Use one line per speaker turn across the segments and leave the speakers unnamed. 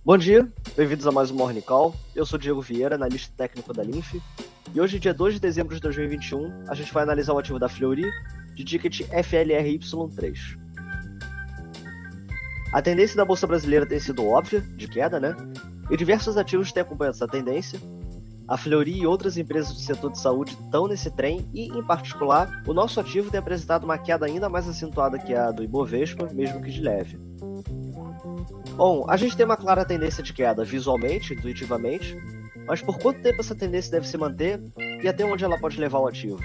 Bom dia, bem-vindos a mais um Morning Call. Eu sou Diego Vieira, analista técnico da Linf. E hoje, dia 2 de dezembro de 2021, a gente vai analisar o ativo da Fleury de ticket FLRY3. A tendência da Bolsa Brasileira tem sido óbvia, de queda, né? E diversos ativos têm acompanhado essa tendência. A Fleury e outras empresas do setor de saúde estão nesse trem e, em particular, o nosso ativo tem apresentado uma queda ainda mais acentuada que a do Ibovespa, mesmo que de leve. Bom, a gente tem uma clara tendência de queda visualmente, intuitivamente, mas por quanto tempo essa tendência deve se manter e até onde ela pode levar o ativo?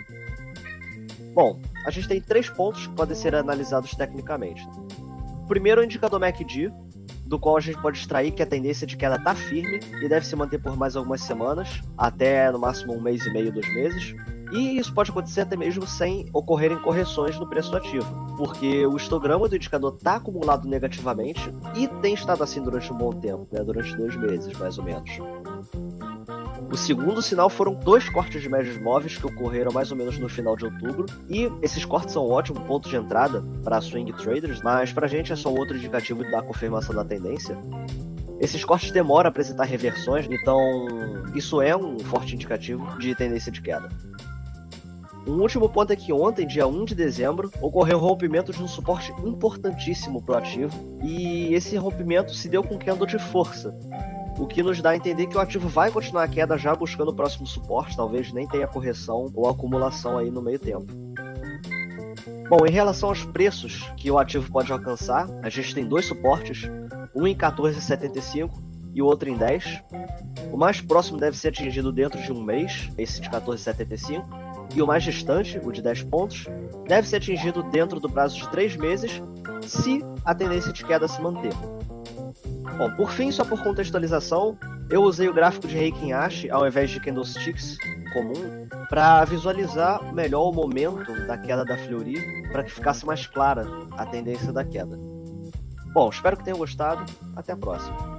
Bom, a gente tem 3 pontos que podem ser analisados tecnicamente. O primeiro é o indicador MACD, do qual a gente pode extrair que a tendência de queda está firme e deve se manter por mais algumas semanas, até no máximo 1 mês e meio, 2 meses. E isso pode acontecer até mesmo sem ocorrerem correções no preço do ativo, porque o histograma do indicador está acumulado negativamente e tem estado assim durante um bom tempo, né? Durante 2 meses, mais ou menos. O segundo sinal foram 2 cortes de médias móveis que ocorreram mais ou menos no final de outubro, e esses cortes são um ótimo ponto de entrada para swing traders, mas para a gente é só outro indicativo da confirmação da tendência. Esses cortes demoram a apresentar reversões, então isso é um forte indicativo de tendência de queda. Um último ponto é que ontem, dia 1 de dezembro, ocorreu o rompimento de um suporte importantíssimo para o ativo, e esse rompimento se deu com candle de força, o que nos dá a entender que o ativo vai continuar a queda já buscando o próximo suporte, talvez nem tenha correção ou acumulação aí no meio tempo. Bom, em relação aos preços que o ativo pode alcançar, a gente tem 2 suportes, um em 14,75 e o outro em 10. O mais próximo deve ser atingido dentro de um mês, esse de 14,75, e o mais distante, o de 10 pontos, deve ser atingido dentro do prazo de 3 meses, se a tendência de queda se manter. Bom, por fim, só por contextualização, eu usei o gráfico de Heikin Ashi ao invés de candlesticks comum para visualizar melhor o momento da queda da Fleury, para que ficasse mais clara a tendência da queda. Bom, espero que tenham gostado. Até a próxima.